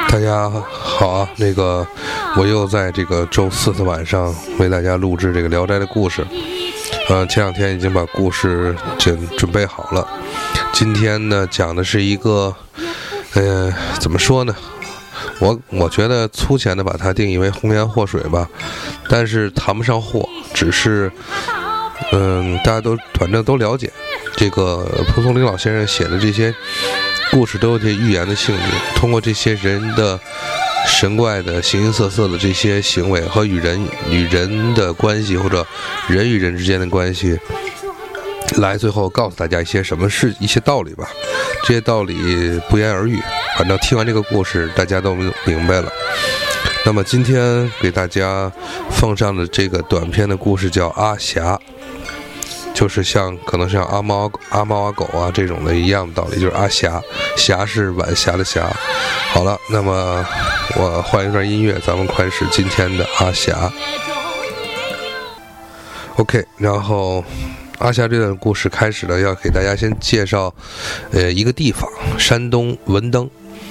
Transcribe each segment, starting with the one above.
大家好啊，我又在这个周四的晚上为大家录制这个《聊斋》的故事。前两天已经把故事准备好了。今天呢，讲的是一个，怎么说呢？我觉得粗浅的把它定义为红颜祸水吧，但是谈不上祸，只是，大家都反正都了解，这个蒲松龄老先生写的这些故事都有些寓言的性质，通过这些人的神怪的形形色色的这些行为和与人的关系，或者人与人之间的关系，来最后告诉大家一些什么是一些道理吧。这些道理不言而喻，反正听完这个故事大家都明白了。那么今天给大家奉上的这个短篇的故事叫阿霞，就是可能像阿猫阿狗啊这种的一样的道理，就是阿霞，霞是晚霞的霞。好了，那么我换一段音乐，咱们开始今天的阿霞。OK， 然后阿霞这段故事开始了，要给大家先介绍一个地方，山东文登。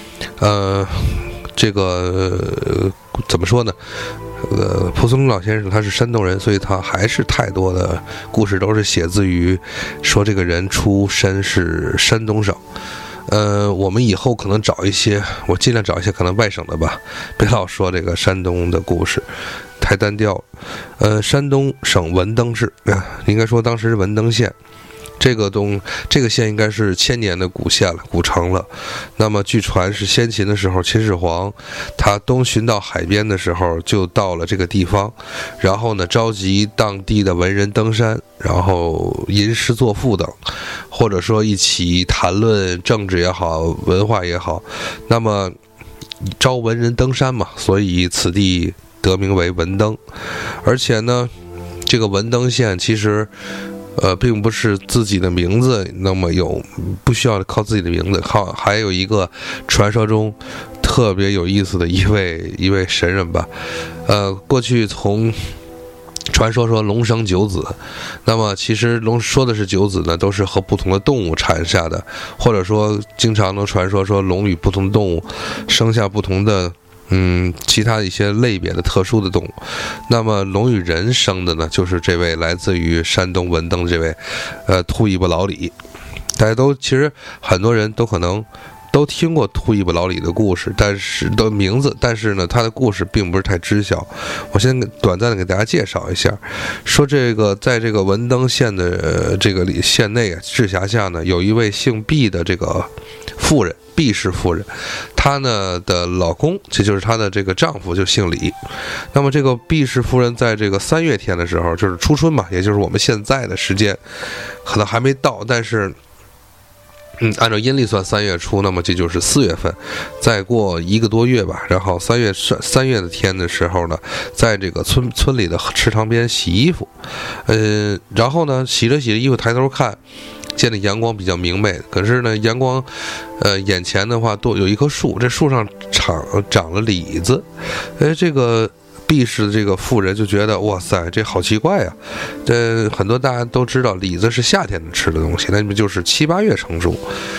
这个怎么说呢？蒲松龄老先生他是山东人，所以他还是太多的故事都是写自于说这个人出身是山东省。我们以后可能我尽量找一些可能外省的吧，别老说这个山东的故事太单调了。山东省文登市，应该说当时是文登县。这个县应该是1000年的古县了，古城了。那么据传是先秦的时候，秦始皇他东巡到海边的时候，就到了这个地方，然后呢召集当地的文人登山，然后吟诗作赋等，或者说一起谈论政治也好，文化也好。那么招文人登山嘛，所以此地得名为文登。而且呢，这个文登县其实并不是自己的名字，那么不需要靠自己的名字，还有一个传说中特别有意思的一位神人吧。过去从传说龙生九子，那么其实说的是九子呢，都是和不同的动物产下的，或者说经常能传说龙与不同的动物生下不同的其他一些类别的特殊的动物。那么龙与人生的呢，就是这位来自于山东文登这位秃尾巴老李。大家其实很多人都可能都听过秃尾巴老李的故事，但是呢他的故事并不是太知晓。我先短暂的给大家介绍一下，说这个在这个文登县的这个县内直辖下呢，有一位姓毕的这个妇人，毕氏妇人，她呢的老公，这就是她的这个丈夫，就姓李。那么这个毕氏夫人在这个3月天的时候，就是初春嘛，也就是我们现在的时间，可能还没到，但是按照阴历算3月初，那么这就是4月份，再过1个多月吧。然后3月的天的时候呢，在这个村里的池塘边洗衣服，然后呢洗着衣服抬头看，见的阳光比较明媚，可是呢阳光眼前的话有一棵树，这树上长了李子。这个毕氏这个妇人就觉得哇塞，这好奇怪呀！这很多大家都知道，李子是夏天吃的东西，那么就是7、8月成熟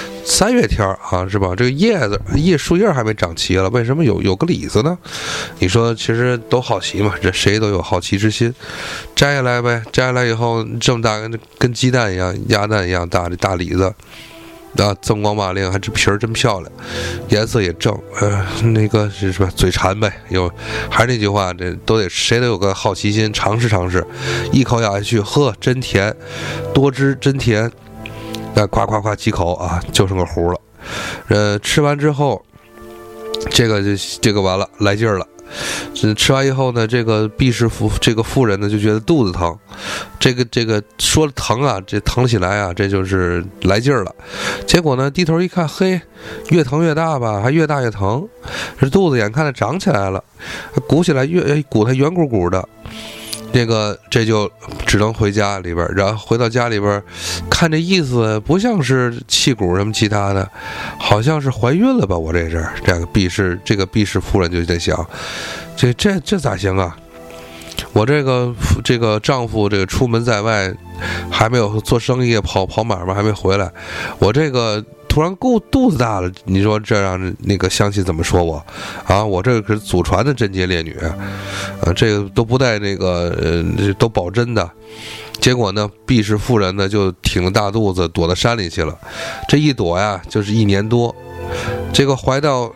，3月天啊，是吧？这个树叶还没长齐了，为什么有个李子呢？你说其实都好奇嘛，这谁都有好奇之心。摘下来呗，摘下来以后这么大，跟鸡蛋一样、鸭蛋一样大的大李子。锃光瓦亮，还这皮儿真漂亮，颜色也正，那个是什么嘴馋呗？还是那句话，谁都有个好奇心，尝试，一口咬下去，呵，真甜，多汁真甜，夸夸几口啊，就剩个糊了。吃完之后，这个完了，来劲儿了。吃完以后呢，这个毕氏这个妇人呢就觉得肚子疼，这个说疼啊，这疼起来啊，这就是来劲儿了。结果呢低头一看，嘿，越疼越大吧，还越大越疼，这肚子眼看着长起来了，鼓起来鼓它圆鼓鼓的。这就只能回家里边，然后回到家里边，看这意思不像是气鼓什么其他的，好像是怀孕了吧？我这个毕氏夫人就在想，这咋行啊？ 我这个丈夫这个出门在外，还没有做生意跑买卖还没回来，我这个突然肚子大了，你说这让那个乡亲怎么说我啊？我这个是祖传的贞洁烈女，这个都不带那个都保真的。结果呢，毕氏夫人呢就挺着大肚子躲到山里去了，这一躲呀就是1年多，这个怀到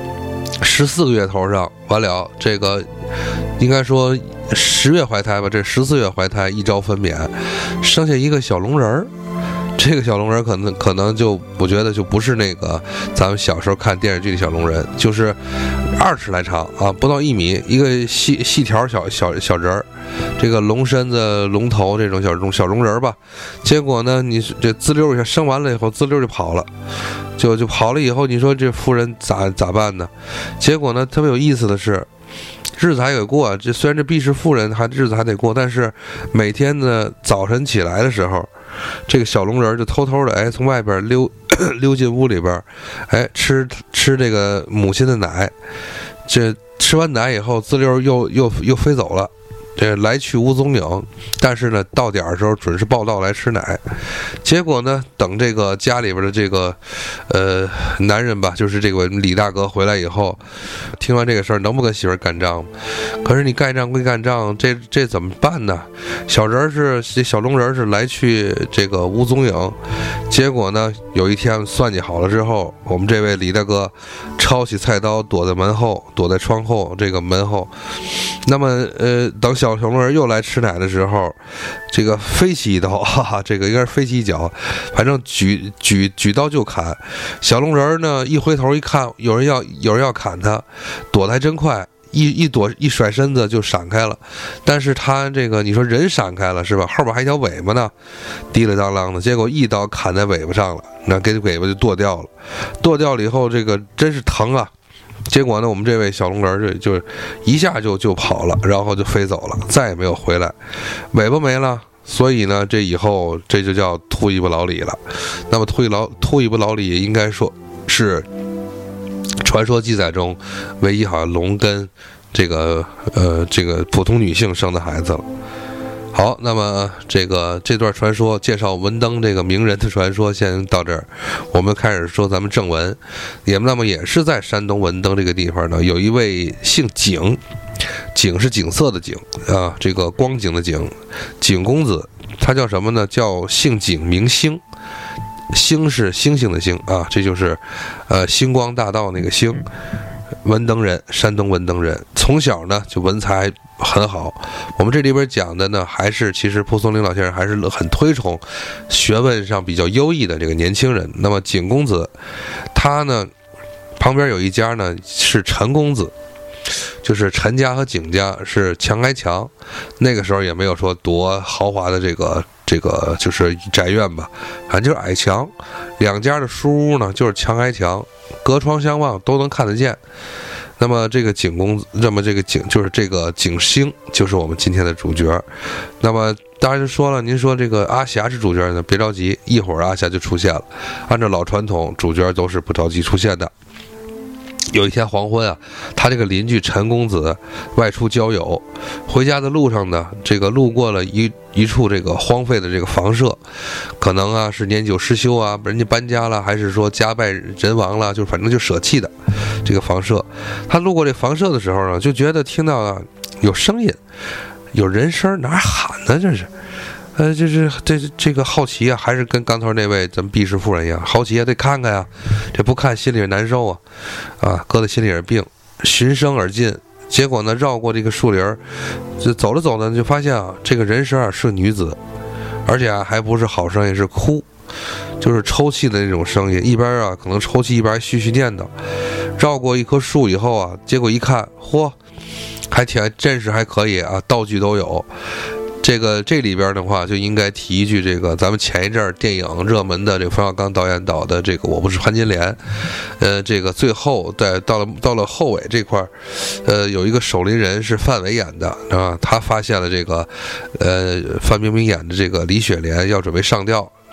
14个月头上，完了这个应该说10月怀胎吧，这14月怀胎一朝分娩，生下一个小龙人儿。这个小龙人可能就我觉得就不是那个咱们小时候看电视剧的小龙人，就是2尺来长啊，不到1米，一个细条小人儿，这个龙身子龙头这种小龙人吧。结果呢，你这滋溜一下生完了以后，滋溜就跑了，就跑了以后，你说这夫人咋办呢？结果呢，特别有意思的是，日子还得过，这虽然这毕氏夫人日子还得过，但是每天呢早晨起来的时候，这个小龙人就偷偷的从外边溜进屋里边，吃这个母亲的奶，这吃完奶以后，滋溜又飞走了。这来去无踪影，但是呢，到点的时候准时报到来吃奶。结果呢，等这个家里边的这个男人吧，就是这个李大哥回来以后，听完这个事儿，能不跟媳妇儿干仗？可是你干仗归干仗，这怎么办呢？小龙人是来去这个无踪影。结果呢，有一天算计好了之后，我们这位李大哥抄起菜刀，躲在门后，躲在窗后这个门后。那么等小龙人又来吃奶的时候，这个飞起一刀，这个应该是飞起一脚，反正举刀就砍。小龙人呢一回头一看，有人要砍他，躲得还真快，一甩身子就闪开了。但是他这个你说人闪开了是吧？后边还一条尾巴呢，滴了当啷的，结果一刀砍在尾巴上了，那给尾巴就剁掉了。剁掉了以后，这个真是疼啊！结果呢，我们这位小龙人就一下就跑了，然后就飞走了，再也没有回来，尾巴没了。所以呢，这以后这就叫秃一不老李了。那么秃一不老李应该说是传说记载中唯一好像龙跟这个普通女性生的孩子了。好，那么这段传说介绍文登这个名人的传说先到这儿，我们开始说咱们正文。那么也是在山东文登这个地方呢，有一位姓景，景是景色的景啊，这个光景的景，景公子，他叫什么呢？叫姓景名星，星是星星的星啊，这就是星光大道那个星。文登人，山东文登人，从小呢就文才很好。我们这里边讲的呢，还是其实蒲松龄老先生还是很推崇学问上比较优异的这个年轻人。那么景公子，他呢旁边有一家呢是陈公子，就是陈家和景家是墙挨墙，那个时候也没有说多豪华的这个就是宅院吧，反正就是矮墙，两家的书屋呢就是墙挨墙，隔窗相望都能看得见。那么这个景公子，那么这个景就是这个景星，就是我们今天的主角。那么大家就说了，您说这个阿霞是主角呢，别着急，一会儿阿霞就出现了。按照老传统，主角都是不着急出现的。有一天黄昏啊，他这个邻居陈公子外出郊游，回家的路上呢，这个路过了一处这个荒废的这个房舍，可能啊是年久失修啊，人家搬家了，还是说家败人亡了，就反正就舍弃的这个房舍。他路过这房舍的时候呢，就觉得听到啊有声音，有人声，哪喊呢？这是。就是这个好奇啊，还是跟刚才那位咱们毕氏夫人一样，好奇也得看看呀，这不看心里难受啊，搁在心里也是病。循声而进，结果呢绕过这个树林，就走着走着就发现啊，这个人声啊是个女子，而且啊还不是好声音，是哭，就是抽泣的那种声音，一边啊可能抽泣一边絮絮念叨。绕过一棵树以后啊，结果一看，嚯，还真是还可以啊，道具都有。这里边的话就应该提一句，这个咱们前一阵电影热门的这个冯小刚导演导的这个《我不是潘金莲》，这个最后到了后尾这块，有一个守林人是范伟演的啊，他发现了这个范冰冰演的这个李雪莲要准备上吊，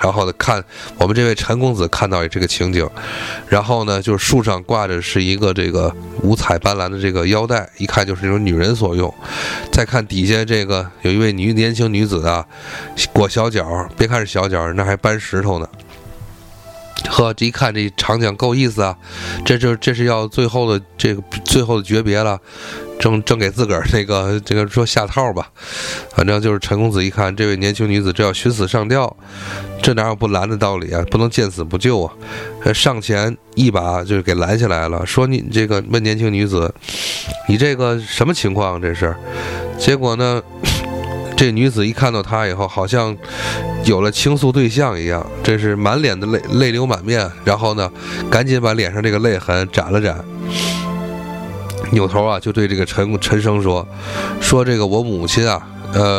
然后呢，看我们这位陈公子看到这个情景，然后呢，就是树上挂着是一个这个五彩斑斓的这个腰带，一看就是那种女人所用。再看底下这个有一位年轻女子啊，裹小脚，别看是小脚，那还搬石头呢。呵，这一看这场景够意思啊，这是要最后的诀别了，正给自个儿这个说下套吧，反正就是陈公子一看这位年轻女子这要寻死上吊，这哪有不拦的道理啊？不能见死不救啊！上前一把就给拦下来了，说你这个问年轻女子，你这个什么情况？这是？结果呢？这女子一看到他以后，好像有了倾诉对象一样，这是满脸的泪流满面，然后呢，赶紧把脸上这个泪痕沾了沾，扭头啊，就对这个陈生说这个我母亲啊，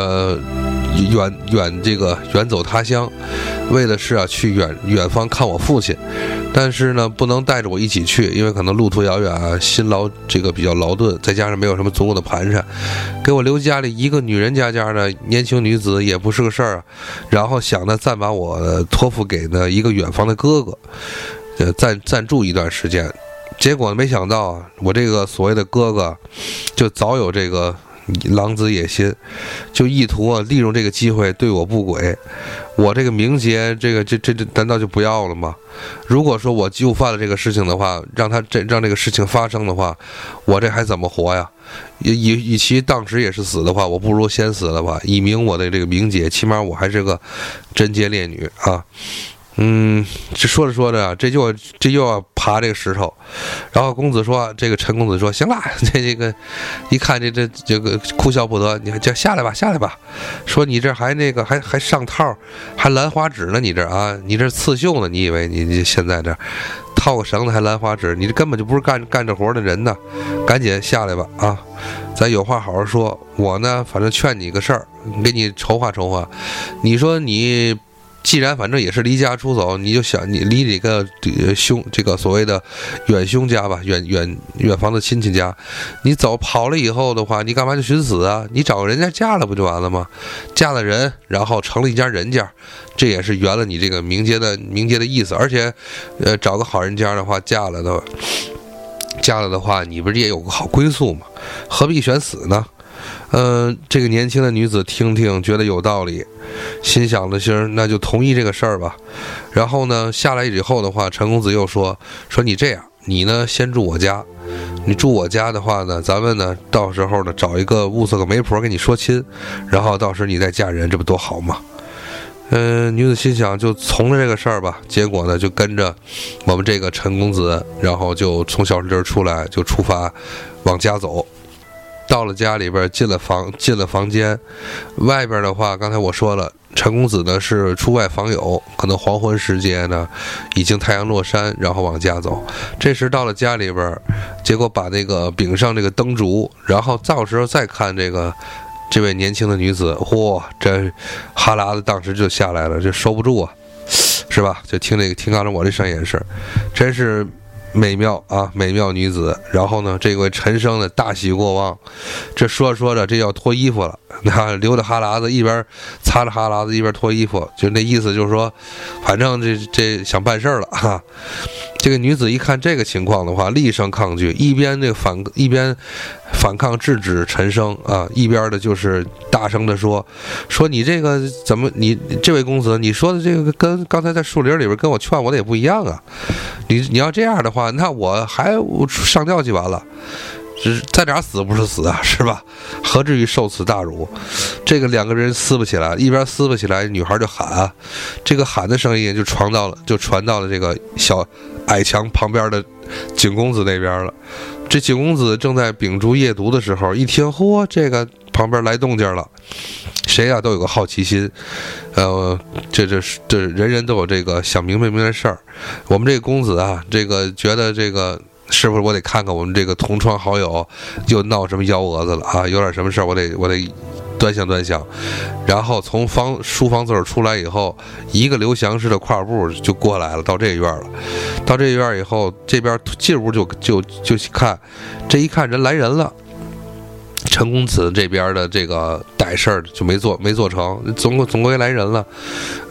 远走他乡，为的是啊去远方看我父亲，但是呢不能带着我一起去，因为可能路途遥远啊，辛劳这个比较劳顿，再加上没有什么足够的盘缠，给我留家里一个女人家的年轻女子也不是个事儿啊。然后想呢暂把我托付给呢一个远方的哥哥，暂住一段时间。结果没想到啊，我这个所谓的哥哥就早有这个狼子野心，就意图啊利用这个机会对我不轨。我这个名节，这难道就不要了吗？如果说我就犯了这个事情的话，让这个事情发生的话，我这还怎么活呀？与其当时也是死的话，我不如先死了吧，以明我的这个名节，起码我还是个贞洁烈女啊。这说着说着啊，这又要爬这个石头，然后公子说，这个陈公子说，行了，这个一看这个哭笑不得，你还下来吧，说你这还还上套，还兰花指呢，你这啊，你这刺绣呢，你以为你现在这套个绳子还兰花指，你这根本就不是干这活的人呢，赶紧下来吧啊！咱有话好好说，我呢反正劝你一个事儿，给你筹划筹划，你说你。既然反正也是离家出走，你就想你离这个这个所谓的远兄家吧，远房的亲戚家，你跑了以后的话，你干嘛就寻死啊？你找人家嫁了不就完了吗？嫁了人，然后成了一家人家，这也是圆了你这个名节的意思。而且，找个好人家的话，嫁了的话，你不是也有个好归宿吗？何必选死呢？这个年轻的女子听觉得有道理，心想的行，那就同意这个事儿吧。然后呢，下来以后的话，陈公子又说你这样，你呢先住我家，你住我家的话呢，咱们呢到时候呢找一个物色个媒婆给你说亲，然后到时候你再嫁人，这不多好吗？女子心想就从了这个事儿吧。结果呢就跟着我们这个陈公子，然后就从小树林出来，就出发往家走。到了家里边，进了房间，外边的话，刚才我说了，陈公子呢是出外访友，可能黄昏时节呢，已经太阳落山，然后往家走。这时到了家里边，结果把那个柄上这个灯烛，然后到时候再看这位年轻的女子，这哈喇子当时就下来了，这收不住啊，是吧？就听刚才我这上眼神，真是。美妙女子。然后呢，这位陈生的大喜过望，这说着这要脱衣服了，那流着哈喇子，一边擦着哈喇子一边脱衣服，就那意思就是说，反正这想办事了哈。这个女子一看这个情况的话，厉声抗拒，一边反抗制止陈生啊，一边的就是大声的说你这个怎么，你这位公子，你说的这个跟刚才在树林里边跟我劝我的也不一样啊，你要这样的话，那我还上吊去完了，在哪死不是死啊，是吧？何至于受此大辱？这个两个人撕不起来，一边撕不起来，女孩就喊啊，这个喊的声音就传到了这个小矮墙旁边的景公子那边了。这景公子正在秉烛夜读的时候，一听这个旁边来动静了，谁啊都有个好奇心，这人人都有这个想明白事儿。我们这个公子啊，这个觉得这个是不是我得看看我们这个同窗好友又闹什么幺蛾子了啊？有点什么事儿，我得端详。然后从书房子出来以后，一个刘翔式的跨步就过来了，到这院了。到这院以后，这边进屋就看，这一看来人了。陈公子这边的这个歹事儿就没做成，总归来人了。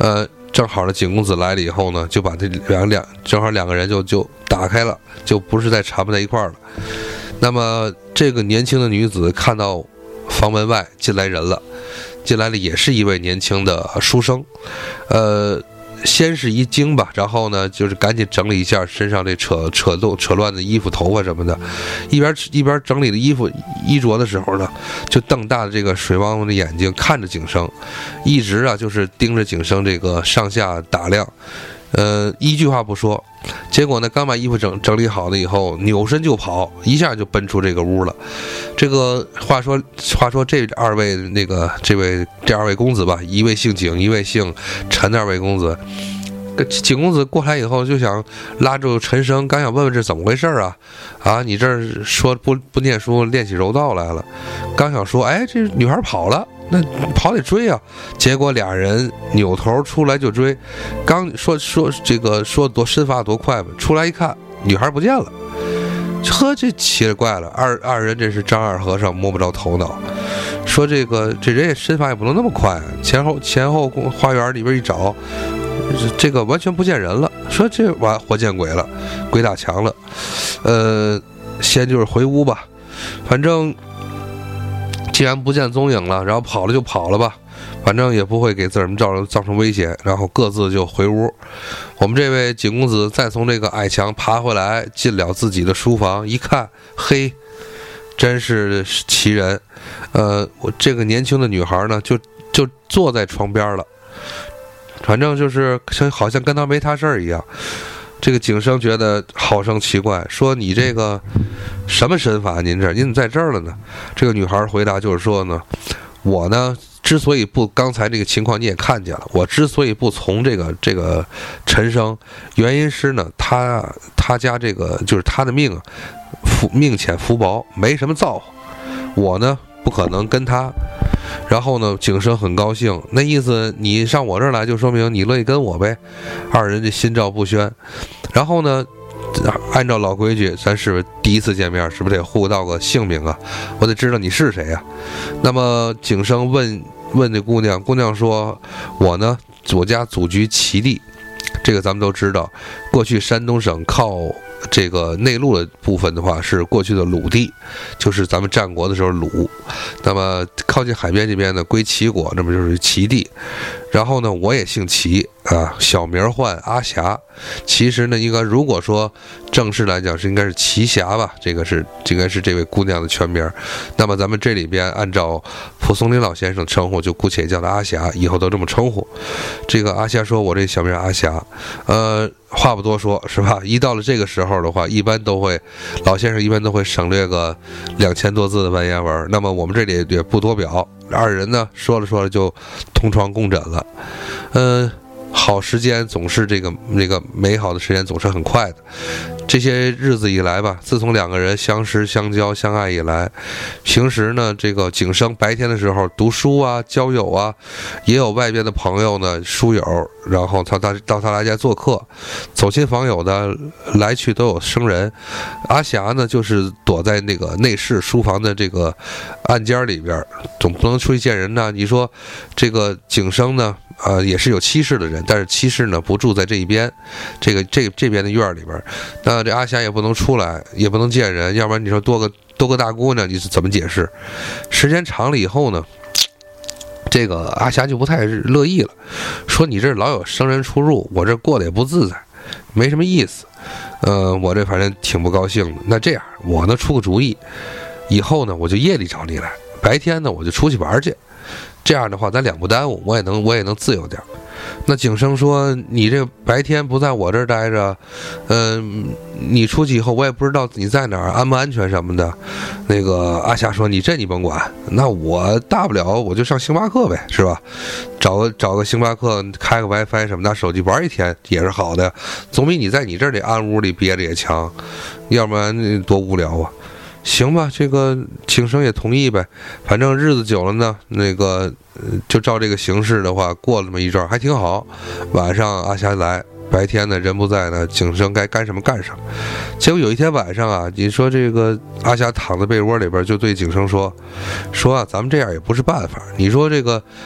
正好呢，景公子来了以后呢，就把这正好两个人就打开了，就不是再缠不在一块儿了。那么这个年轻的女子看到房门外进来人了，进来了也是一位年轻的书生，先是一惊吧，然后呢就是赶紧整理一下身上这扯乱的衣服头发什么的，一边整理的衣着的时候呢，就瞪大了这个水汪汪的眼睛看着景生，一直啊就是盯着景生这个上下打量，一句话不说。结果呢，刚把衣服整理好了以后，扭身就跑，一下就奔出这个屋了。这个话说这二位公子吧，一位姓景，一位姓陈的二位公子。景公子过来以后就想拉住陈生，刚想问问这怎么回事啊，你这儿说不念书练起柔道来了，刚想说哎这女孩跑了，那跑得追啊，结果俩人扭头出来就追，刚说这个说多身法多快吧，出来一看女孩不见了，呵，这奇了怪了，二人真是张二和尚摸不着头脑，说这人也身法也不能那么快，前后花园里边一找，这个完全不见人了，说这活见鬼了，鬼打墙了，先就是回屋吧，反正既然不见踪影了，然后跑了就跑了吧，反正也不会给自个儿们造成威胁，然后各自就回屋。我们这位景公子再从这个矮墙爬回来，进了自己的书房，一看，嘿，真是奇人，我这个年轻的女孩呢，就坐在床边了，反正就是好像跟他没他事儿一样。这个景生觉得好生奇怪，说你这个什么身法？您怎么在这儿了呢？这个女孩回答就是说呢，我呢之所以不，刚才这个情况你也看见了，我之所以不从这个陈生，原因是呢，他家这个就是他的命命浅福薄，没什么造化，我呢不可能跟他。然后呢，景生很高兴，那意思你上我这儿来，就说明你乐意跟我呗。二人这心照不宣。然后呢，按照老规矩，咱是第一次见面，是不是得互道个姓名啊？我得知道你是谁啊。那么景生问这姑娘说，我家祖居齐地，这个咱们都知道，过去山东省靠这个内陆的部分的话是过去的鲁地，就是咱们战国的时候鲁，那么靠近海边这边呢归齐国，那么就是齐地。然后呢我也姓齐啊，小名唤阿霞，其实呢应该如果说正式来讲是应该是齐霞吧，这个应该是这位姑娘的全名。那么咱们这里边按照蒲松龄老先生称呼，就姑且叫她阿霞，以后都这么称呼。这个阿霞说，我这小名阿霞，话不多说，是吧？一到了这个时候的话，老先生一般都会省略个2000多字的文言文。那么我们这里也不多表，二人呢说着就同床共枕了。好时间总是那个美好的时间总是很快的。这些日子以来吧，自从两个人相识相交相爱以来，平时呢这个景生白天的时候读书啊交友啊，也有外边的朋友呢书友，然后到他来家做客，走亲访友的来去都有生人。阿霞呢就是躲在那个内室书房的这个暗间里边，总不能出去见人呢。你说这个景生呢也是有妻室的人，但是妻室呢不住在这一边，这边的院里边，那这阿霞也不能出来，也不能见人，要不然你说多个大姑娘，你是怎么解释？时间长了以后呢，这个阿霞就不太乐意了，说你这老有生人出入，我这过得也不自在，没什么意思。我这反正挺不高兴的。那这样，我呢出个主意，以后呢我就夜里找你来，白天呢我就出去玩去。这样的话咱两不耽误，我也能自由点。那景生说，你这白天不在我这儿待着，你出去以后我也不知道你在哪儿，安不安全什么的。那个阿霞说，你甭管，那我大不了我就上星巴克呗，是吧？找个星巴克，开个 WiFi 什么的，手机玩一天也是好的，总比你在你这里暗屋里憋着也强，要不然多无聊啊。行吧，这个景生也同意呗，反正日子久了呢，那个就照这个形式的话，过了这么一阵还挺好。晚上阿霞来，白天呢人不在呢，景生该干什么干什么。结果有一天晚上啊，你说这个阿霞躺在被窝里边，就对景生说啊，咱们这样也不是办法。你说这个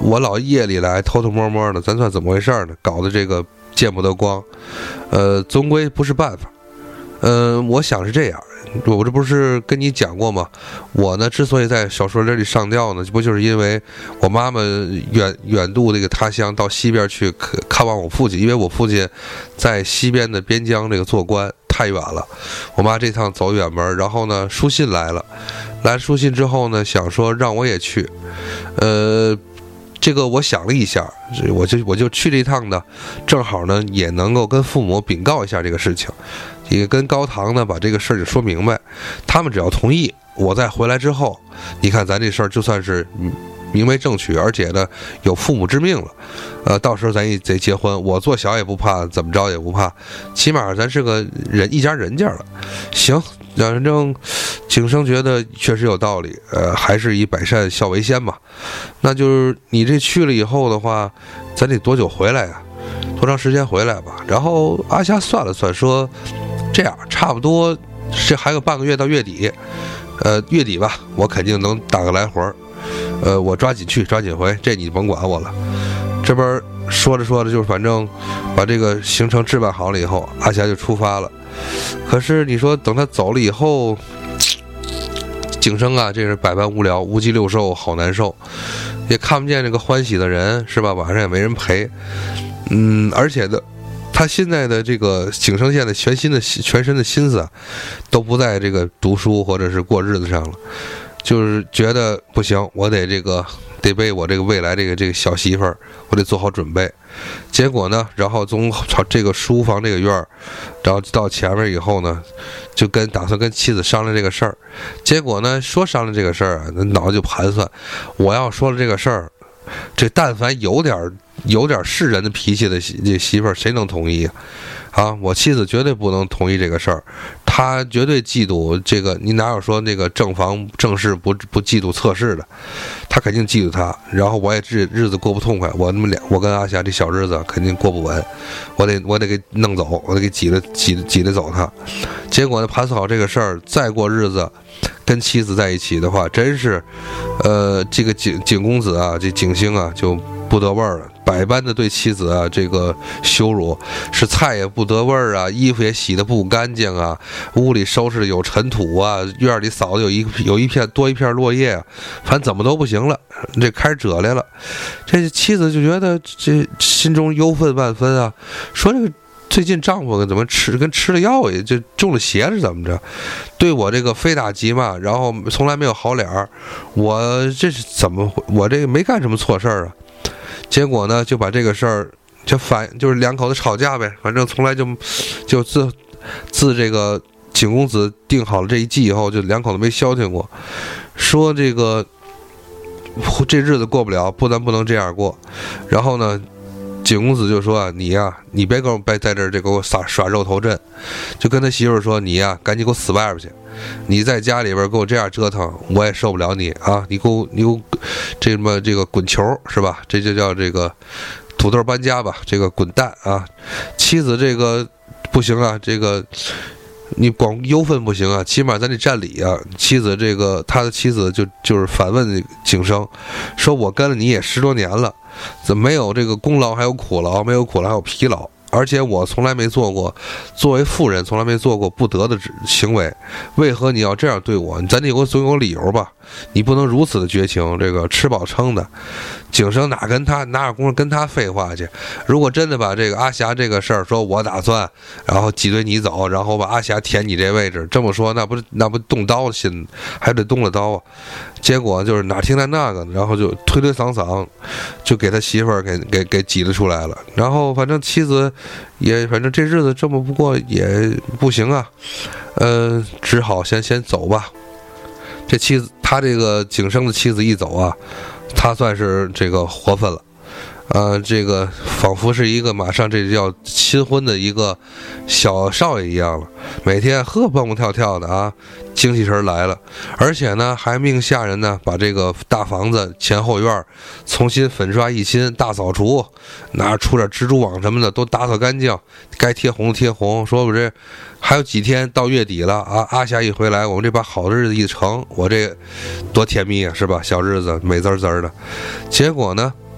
我老夜里来偷偷摸摸的，咱算怎么回事呢？搞得这个见不得光，终归不是办法。我想是这样，我这不是跟你讲过吗？我呢之所以在小说里上吊呢，不就是因为我妈妈远渡这个他乡到西边去看望我父亲，因为我父亲在西边的边疆这个做官太远了，我妈这趟走远门，然后呢书信来了书信之后呢，想说让我也去，这个我想了一下，我就去这一趟呢，正好呢也能够跟父母禀告一下这个事情，也跟高堂呢把这个事儿就说明白，他们只要同意，我再回来之后，你看咱这事儿就算是明媒正娶，而且呢有父母之命了，到时候咱也得结婚，我做小也不怕，怎么着也不怕，起码咱是个一家人家了。行，反正景生觉得确实有道理，还是以百善孝为先吧。那就是你这去了以后的话，咱得多久回来呀？多长时间回来吧？然后阿霞算了算说，这样差不多这还有半个月到月底，月底吧，我肯定能打个来回儿。我抓紧去，抓紧回，这你甭管我了。这边说着说着，就是反正把这个行程置办好了以后，阿霞就出发了。可是你说等他走了以后，景生啊，这是百般无聊，无鸡六兽，好难受，也看不见这个欢喜的人，是吧？晚上也没人陪，而且的。他现在的这个景生县的全身的心思啊，都不在这个读书或者是过日子上了，就是觉得不行，我得为我这个未来这个小媳妇儿，我得做好准备。结果呢，然后从这个书房这个院儿，然后到前面以后呢，就打算跟妻子商量这个事儿。结果呢，说商量这个事儿啊，那脑子就盘算，我要说了这个事儿，这但凡有点世人的脾气的这媳妇儿，谁能同意啊？我妻子绝对不能同意这个事儿，她绝对嫉妒这个。你哪有说那个正房正室不嫉妒侧室的？她肯定嫉妒他。然后我也日子过不痛快，我跟阿霞这小日子肯定过不稳，我得给弄走，我得给挤得走他。结果呢，盘算好这个事儿，再过日子。跟妻子在一起的话，真是，这个景公子啊，这景星啊，就不得味儿了，百般的对妻子啊这个羞辱，是菜也不得味儿啊，衣服也洗得不干净啊，屋里收拾的有尘土啊，院里扫的有一片落叶啊，反正怎么都不行了，这开始折来了。这妻子就觉得这心中忧愤万分啊，说这个。最近丈夫怎么跟吃了药也就中了邪了，怎么着？对我这个非打即骂，然后从来没有好脸儿，我这是怎么？我这个没干什么错事儿啊！结果呢，就把这个事儿就是两口子吵架呗，反正从来就自这个景公子定好了这一计以后，就两口子没消停过，说这日子过不了，不能这样过。然后呢？景公子就说啊，你别在这给我耍肉头阵，就跟他媳妇说，你赶紧给我死外边去，你在家里边给我这样折腾，我也受不了你啊！你给我这个滚球是吧？这就叫这个土豆搬家吧，这个滚蛋啊！妻子这个不行啊，这个你光忧愤不行啊，起码咱得占理啊！他的妻子就是反问景生，说我跟了你也10多年了。怎么没有这个功劳还有苦劳，没有苦劳还有疲劳？而且我从来没做过，作为妇人从来没做过不得的行为，为何你要这样对我？咱得总有理由吧？你不能如此的绝情，这个吃饱撑的。景生哪有功夫跟他废话去？如果真的把这个阿霞这个事儿说，我打算然后挤兑你走，然后把阿霞填你这位置，这么说那不动刀的心，还得动了刀啊！结果就是哪听见那个，然后就推搡，就给他媳妇儿给挤了出来了。然后反正妻子也反正这日子这么不过也不行啊，只好先走吧。这妻子，他这个景生的妻子一走啊，他算是这个活分了，这个仿佛是一个马上这叫新婚的一个小少爷一样了，每天蹦蹦跳跳的啊，精气神来了，而且呢还命下人呢把这个大房子前后院重新粉刷一新，大扫除，拿出点蜘蛛网什么的都打扫干净，该贴红的贴红，说我这还有几天到月底了啊！阿霞一回来，我们这把好日子一成，我这多甜蜜啊，是吧？小日子美滋滋的。结果呢，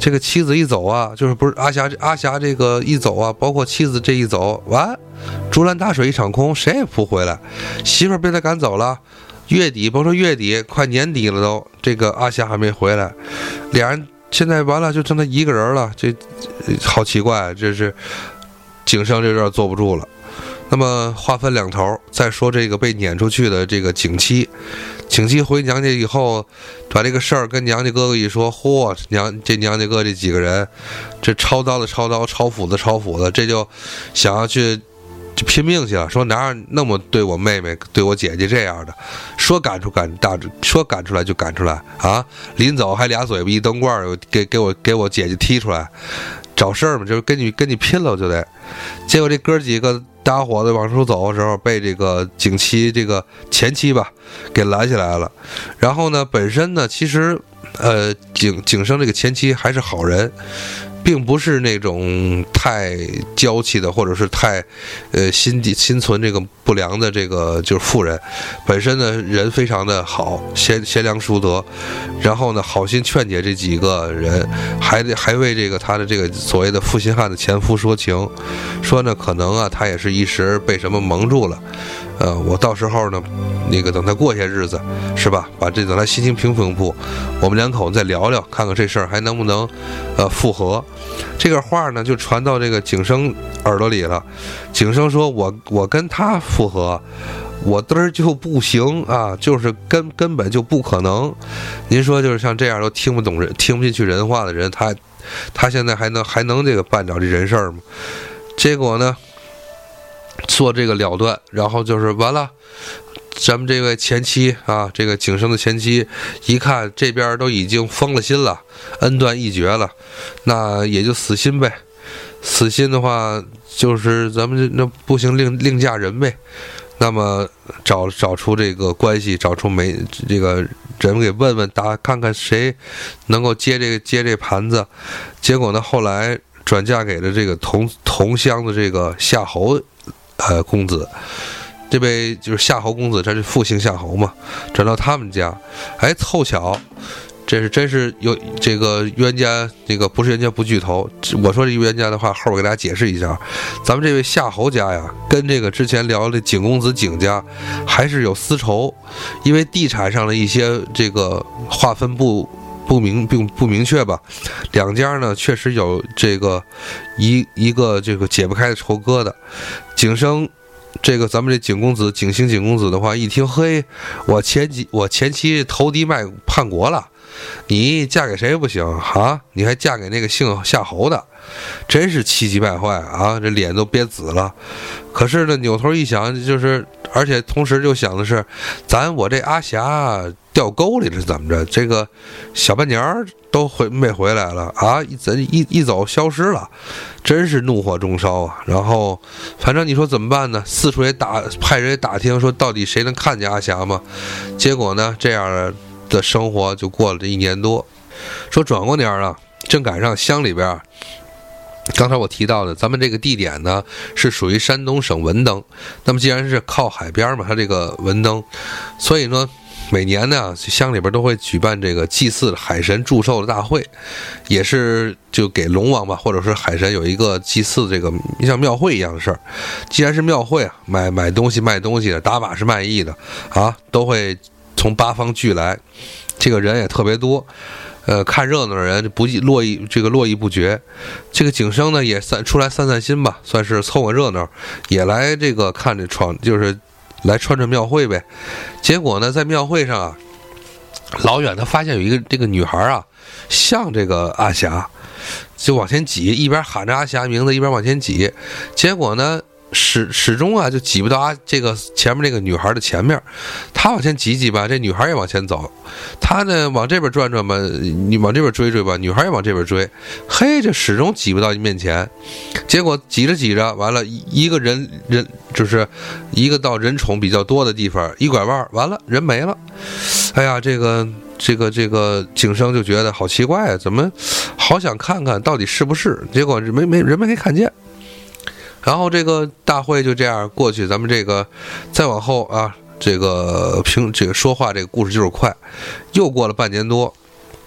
这个妻子一走啊，就是不是阿霞这个一走啊，包括妻子这一走完，竹篮打水一场空，谁也不回来，媳妇儿被他赶走了。月底甭说月底，快年底了都，这个阿霞还没回来，俩人现在完了就剩他一个人了，这好奇怪，这是景生这有点坐不住了。那么话分两头，再说这个被撵出去的这个景妻回娘家以后，把这个事儿跟娘家哥哥一说，嚯，娘家哥这几个人，这抄刀的抄刀，抄斧子抄斧子，这就想要去拼命去了，说哪有那么对我妹妹对我姐姐这样的，说赶出来就赶出来啊！临走还俩嘴巴一蹬罐，给我姐姐踢出来，找事儿嘛，就是跟你拼了就得。结果这哥几个大伙子往出走的时候，被这个景妻这个前妻吧给拦下来了。然后呢，本身呢，其实景生这个前妻还是好人。并不是那种太娇气的，或者是太，心存这个不良的这个就是妇人，本身呢人非常的好，贤良淑德，然后呢好心劝解这几个人，还为这个他的这个所谓的负心汉的前夫说情，说呢可能啊他也是一时被什么蒙住了，我到时候呢那个等他过些日子是吧，等他心情平复，我们两口子再聊聊，看看这事儿还能不能复合。这个话呢就传到这个景生耳朵里了。景生说我跟他复合，我嘚儿就不行啊，就是根本就不可能。您说就是像这样都听不进去人话的人，他现在还能这个办着这人事儿吗？结果呢做这个了断，然后就是完了。咱们这位前妻啊，这个景生的前妻一看这边都已经疯了心了，恩断义绝了，那也就死心呗。死心的话，就是咱们那不行，另嫁人呗。那么找出这个关系，找出这个人给问看看谁能够接这盘子。结果呢，后来转嫁给了这个同乡的这个夏侯公子。这位就是夏侯公子，他是复姓夏侯嘛，转到他们家，凑巧，真是有这个冤家，这个不是冤家不聚头。我说这冤家的话，后边给大家解释一下，咱们这位夏侯家呀，跟这个之前聊的景公子景家还是有私仇，因为地产上的一些这个划分不明确吧，两家呢确实有这个一个这个解不开的仇疙瘩。景生。这个咱们这景兴景公子的话，一听，嘿，我前妻投敌叛国了，你嫁给谁不行啊？你还嫁给那个姓夏侯的，真是气急败坏啊！这脸都憋紫了。可是呢，扭头一想，就是而且同时就想的是，我这阿霞掉沟里了是怎么着？这个小半年都没回来了啊！一走消失了，真是怒火中烧啊！然后反正你说怎么办呢？四处派人打听，说到底谁能看见阿霞吗？结果呢，这样的生活就过了这1年多。说转过年了，正赶上乡里边。刚才我提到的，咱们这个地点呢是属于山东省文登。那么既然是靠海边嘛，它这个文登，所以呢，每年呢乡里边都会举办这个祭祀海神祝寿的大会，也是就给龙王吧，或者是海神有一个祭祀这个像庙会一样的事儿。既然是庙会啊，买东西卖东西的，打把式卖艺的啊，都会从8方聚来，这个人也特别多。看热闹的人络绎不绝。这个景生呢也出来散心吧，算是凑个热闹，也来这个看着就是来串庙会呗。结果呢，在庙会上啊，老远他发现有一个这个女孩啊，像这个阿霞，就往前挤，一边喊着阿霞名字，一边往前挤。结果呢，始终啊就挤不到这个前面这个女孩的前面，他往前挤吧，这女孩也往前走，他呢往这边转吧，你往这边追吧，女孩也往这边追，嘿，这始终挤不到你面前。结果挤着完了，一个人就是一个到人宠比较多的地方，一拐弯，完了人没了。哎呀，这个景生就觉得好奇怪啊，怎么好想看看到底是不是，结果人没看见。然后这个大会就这样过去，咱们这个再往后啊，这个说话这个故事就是快，又过了半年多，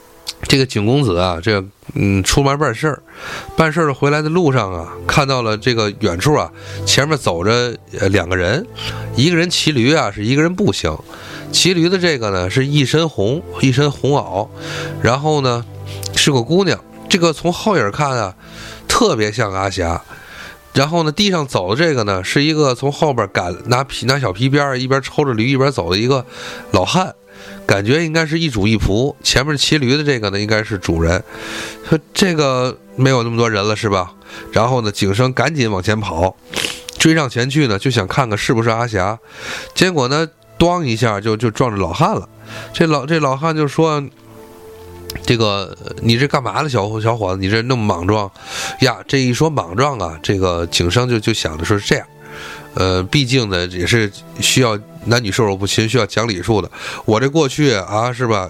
这个景公子啊，这个出门办事儿回来的路上啊，看到了这个远处啊，前面走着2个人，一个人骑驴啊，是一个人步行。骑驴的这个呢是一身红袄，然后呢是个姑娘，这个从后影看啊，特别像阿霞。然后呢，地上走的这个呢，是一个从后边拿小皮鞭一边抽着驴一边走的一个老汉，感觉应该是一主一仆。前面骑驴的这个呢，应该是主人。说这个没有那么多人了是吧？然后呢，景生赶紧往前跑，追上前去呢，就想看看是不是阿霞。结果呢，咣一下就撞着老汉了。这老汉就说：“这个你这干嘛呢，小伙子？你这那么莽撞呀？”这一说莽撞啊，这个景生就想着说是这样，毕竟呢也是需要男女授受不亲，需要讲礼数的。我这过去啊，是吧？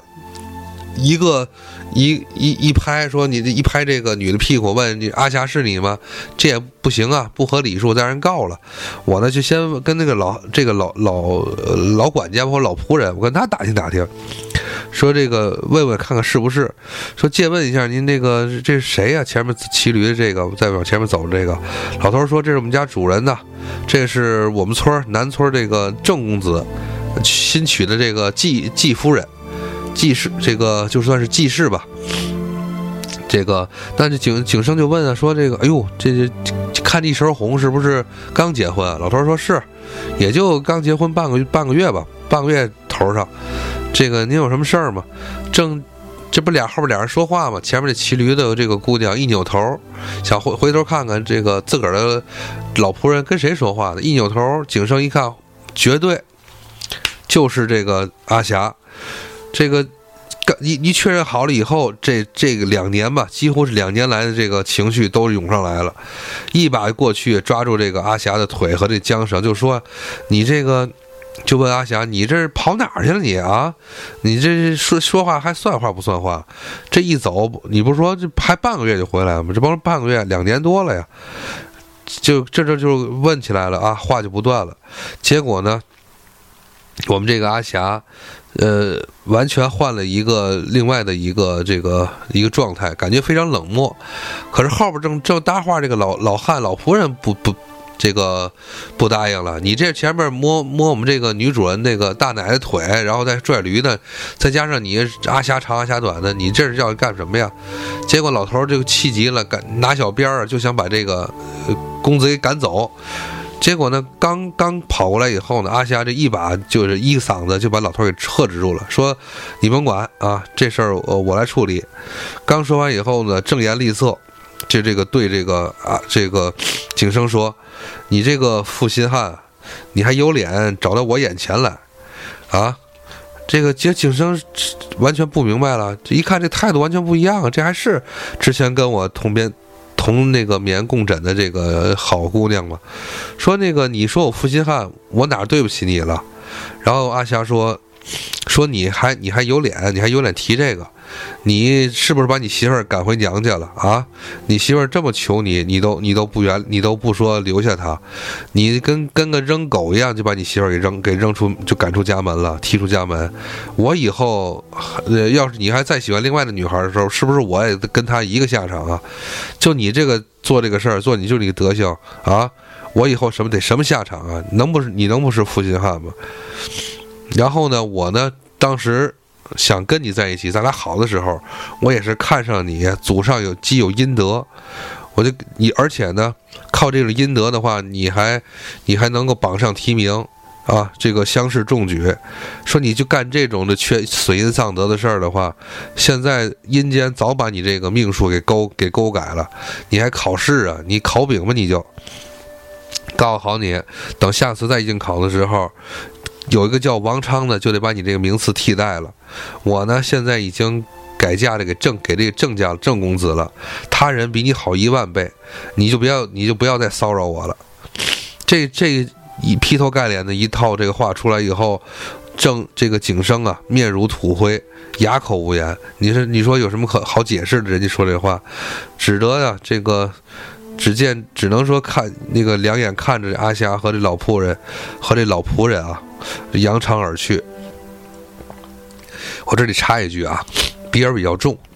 一拍说你这一拍这个女的屁股，问你阿霞是你吗？这也不行啊，不合礼数，让人告了。我呢就先跟那个老管家或者老仆人，我跟他打听，说这个问问看看是不是。说借问一下您这个这是谁呀？前面骑驴的这个再往前面走的这个老头说这是我们家主人呐，这是我们南村这个郑公子新娶的这个季夫人。季氏，这个就算是季氏吧。这个，但是景生就问啊，说这个，哎呦，这看这一身红，是不是刚结婚啊？老头说是，也就刚结婚半个月吧，半个月头上。这个您有什么事儿吗？这不后边俩人说话吗？前面这骑驴的这个姑娘一扭头，想回头看看这个自个儿的老仆人跟谁说话呢？一扭头，景生一看，绝对就是这个阿霞。这个一确认好了以后，这个2年吧，几乎是2年来的这个情绪都涌上来了，一把过去抓住这个阿霞的腿和这缰绳，就说：“你这个，就问阿霞，你这跑哪儿去了你啊？你这说话还算话不算话？这一走，你不是说这还半个月就回来了吗？这帮半个月2年多了呀，就问起来了啊，话就不断了。结果呢，我们这个阿霞。”完全换了另外的一个状态，感觉非常冷漠。可是后边正搭话，这个老汉老仆人不答应了。你这前面摸我们这个女主人那个大奶的腿，然后再拽驴呢，再加上你阿霞长阿霞短的，你这是要干什么呀？结果老头这个气急了，拿小鞭儿就想把这个公子给赶走。结果呢，刚跑过来以后呢，阿霞这一把就是一嗓子就把老头给喝止住了，说：“你甭管啊，这事儿我来处理。”刚说完以后呢，正颜厉色，对这个景生说：“你这个负心汉，你还有脸找到我眼前来啊？”这个景生完全不明白了，一看这态度完全不一样啊，这还是之前跟我同那个眠共枕的这个好姑娘嘛，说那个你说我负心汉，我哪对不起你了？然后阿霞说你还有脸提这个？你是不是把你媳妇儿赶回娘家了啊？你媳妇儿这么求你都不说留下她，你跟个扔狗一样就把你媳妇儿给扔出，就赶出家门了，踢出家门。我以后要是你还再喜欢另外的女孩的时候，是不是我也跟她一个下场啊？就你这个做这个事儿，做你就这个德行啊，我以后得什么下场啊？你能不是负心汉吗？然后呢，我呢当时想跟你在一起，咱俩好的时候，我也是看上你，祖上积有阴德，而且呢，靠这个阴德的话，你还能够榜上提名啊，这个乡试中举。说你就干这种的损阴丧德的事儿的话，现在阴间早把你这个命数给勾改了，你还考试啊？你考丙吧，你就告好你，等下次再应考的时候。有一个叫王昌的，就得把你这个名次替代了。我呢，现在已经改嫁给这个郑公子了，他人比你好10000倍，你就不要再骚扰我了。这一劈头盖脸的一套这个话出来以后，这个景生啊，面如土灰，哑口无言。你说有什么好解释的？人家说这话，只得呀这个。只能说看那个两眼看着阿霞和这老仆人啊，扬长而去。我这里插一句啊，鼻儿比较重，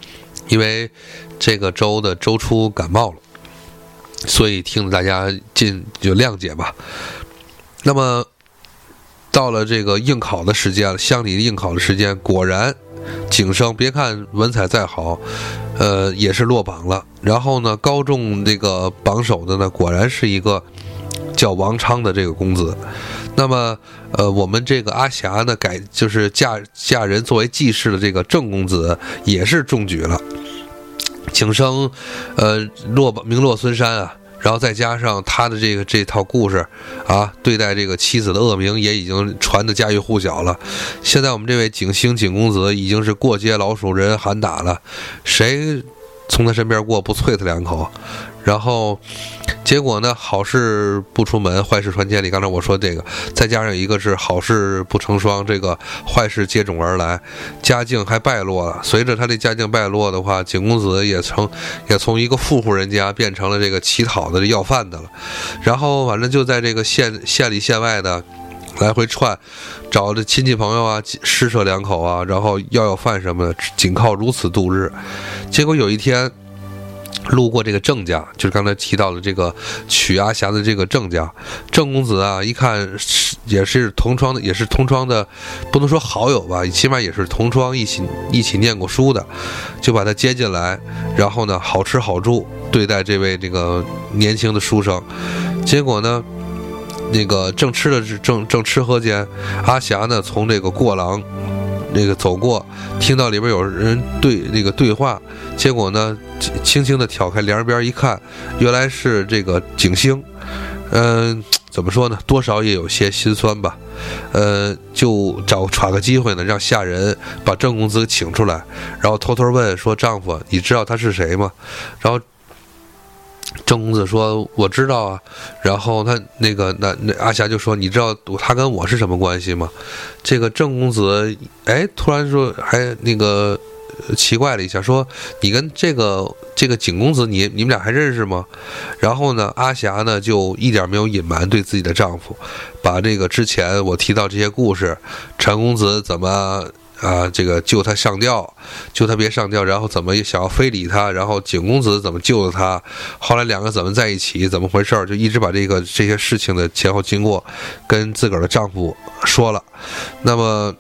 因为这个周的周初感冒了，所以听得大家就谅解吧。那么到了这个应考的时间了，乡里应考的时间，果然景生别看文采再好，也是落榜了。然后呢，高中这个榜首的呢，果然是一个叫王昌的这个公子。那么我们这个阿霞呢，就是嫁人作为继室的这个郑公子也是中举了。景生名落孙山啊，然后再加上他的这套故事啊，对待这个妻子的恶名也已经传得家喻户晓了。现在我们这位景兴景公子已经是过街老鼠人喊打了，谁从他身边过不啐他两口？然后结果呢，好事不出门，坏事传千里。刚才我说这个，再加上一个是好事不成双，这个坏事接踵而来，家境还败落了。随着他的家境败落的话，景公子也从一个富户人家变成了这个乞讨的要饭的了。然后反正就在这个县里县外的来回窜，找着亲戚朋友啊，施舍两口啊，然后要饭什么的，仅靠如此度日。结果有一天路过这个郑家，就是刚才提到的这个娶阿霞的这个郑家，郑公子啊，一看也是同窗的，不能说好友吧，起码也是同窗一起念过书的，就把他接进来，然后呢，好吃好住对待这位这个年轻的书生。结果呢，那个正吃喝间，阿霞呢从这个过廊那个走过，听到里边有人对话，结果呢轻轻地挑开帘边一看，原来是这个景兴。怎么说呢，多少也有些心酸吧。就耍个机会呢，让下人把郑公子请出来，然后偷偷问说：“丈夫，你知道他是谁吗？”然后郑公子说：“我知道啊。”然后他那阿霞就说：“你知道他跟我是什么关系吗？”这个郑公子突然说还奇怪了一下，说：“你跟这个景公子你们俩还认识吗？”然后呢，阿霞呢就一点没有隐瞒对自己的丈夫，把这个之前我提到这些故事，陈公子怎么这个救他上吊，救他别上吊，然后怎么想要非礼他，然后景公子怎么救了他，后来两个怎么在一起，怎么回事，就一直把这些事情的前后经过跟自个儿的丈夫说了。那么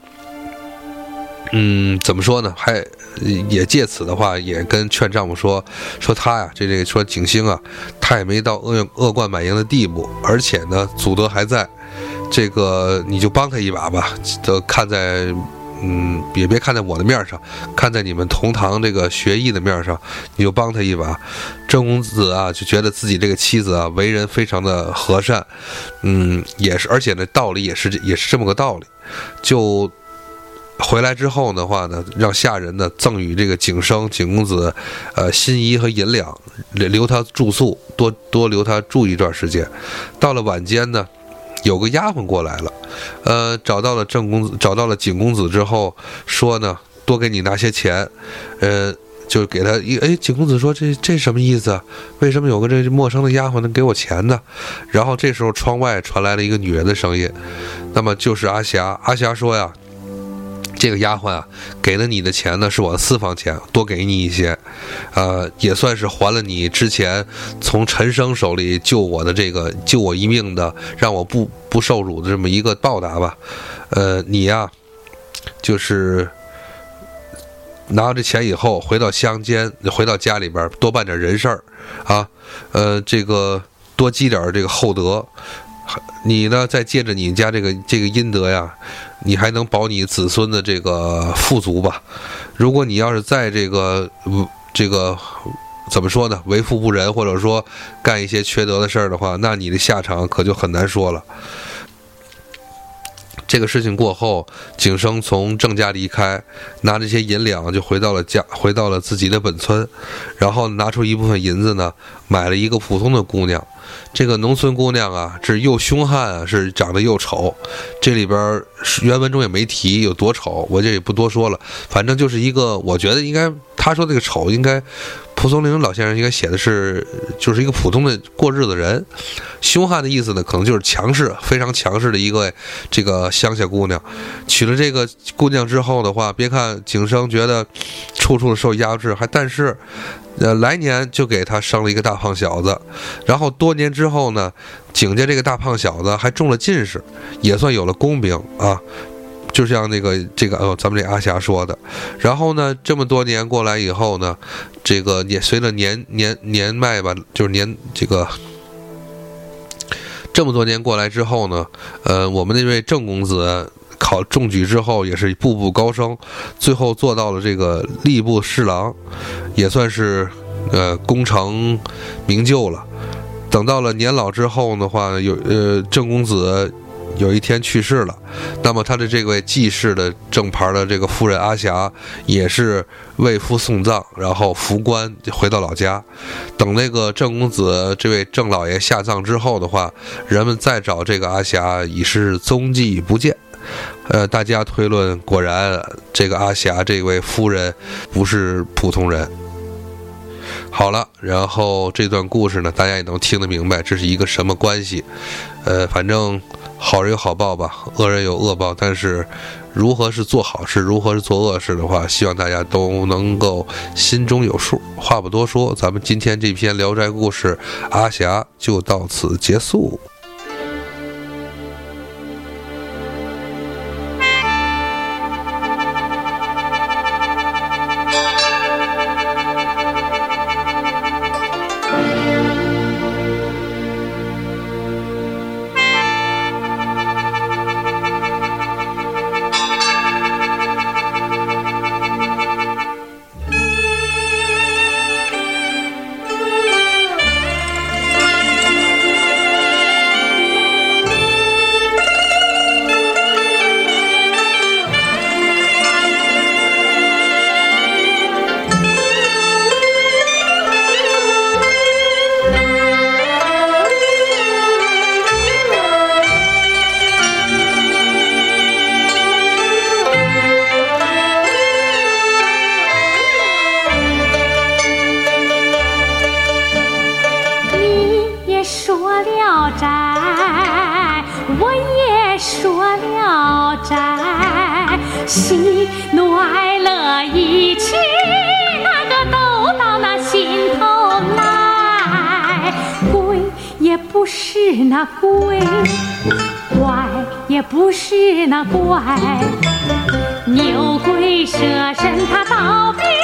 怎么说呢，还也借此的话也跟劝丈夫说他呀，说景兴啊，他也没到恶贯满盈的地步，而且呢祖德还在，这个你就帮他一把吧，都看在也别看在我的面上，看在你们同堂这个学艺的面上，你就帮他一把。郑公子啊就觉得自己这个妻子啊为人非常的和善，也是，而且呢道理也是这么个道理。就回来之后的话呢，让下人呢赠予这个景公子新衣和银两，留他住宿，多留他住一段时间。到了晚间呢，有个丫鬟过来了，找到了景公子之后，说呢多给你拿些钱，就给他景公子说这什么意思啊？为什么有个这陌生的丫鬟能给我钱呢？然后这时候窗外传来了一个女人的声音，那么就是阿霞。阿霞说呀，这个丫鬟啊，给了你的钱呢是我的私房钱，多给你一些，也算是还了你之前从陈生手里救我一命的，让我不受辱的这么一个报答吧。你呀，就是拿着钱以后回到家里边多办点人事儿啊，这个多积点这个厚德。你呢，再借着你家这个阴德呀，你还能保你子孙的这个富足吧。如果你要是在这个怎么说呢，为富不仁，或者说干一些缺德的事儿的话，那你的下场可就很难说了。这个事情过后，景生从郑家离开，拿着些银两就回到了自己的本村，然后拿出一部分银子呢，买了一个普通的姑娘。这个农村姑娘啊，是又凶悍啊，是长得又丑。这里边原文中也没提有多丑，我这也不多说了。反正就是一个，我觉得应该他说这个丑应该蒲松龄老先生应该写的是就是一个普通的过日子人，凶悍的意思呢可能就是强势，非常强势的一个这个乡下姑娘。娶了这个姑娘之后的话，别看景生觉得处处受压制，但是来年就给他生了一个大胖小子，然后多年之后呢，景家这个大胖小子还中了进士，也算有了功名啊。就像咱们这阿霞说的，然后呢，这么多年过来以后呢，这个也随着年迈吧，就是这么多年过来之后呢，我们那位郑公子考中举之后也是步步高升，最后做到了这个吏部侍郎，也算是功成名就了。等到了年老之后的话，郑公子有一天去世了，那么他的这位继室的正牌的这个夫人阿霞也是为夫送葬，然后服棺回到老家。等那个郑公子这位郑老爷下葬之后的话，人们再找这个阿霞已是踪迹不见。大家推论，果然这个阿霞这位夫人不是普通人。好了，然后这段故事呢，大家也能听得明白这是一个什么关系。反正好人有好报吧，恶人有恶报，但是如何是做好事，如何是做恶事的话，希望大家都能够心中有数。话不多说，咱们今天这篇聊斋故事阿霞就到此结束。 喜怒哀乐一起，那个都到那心头来。鬼也不是那鬼，怪也不是那怪，牛鬼蛇神他到底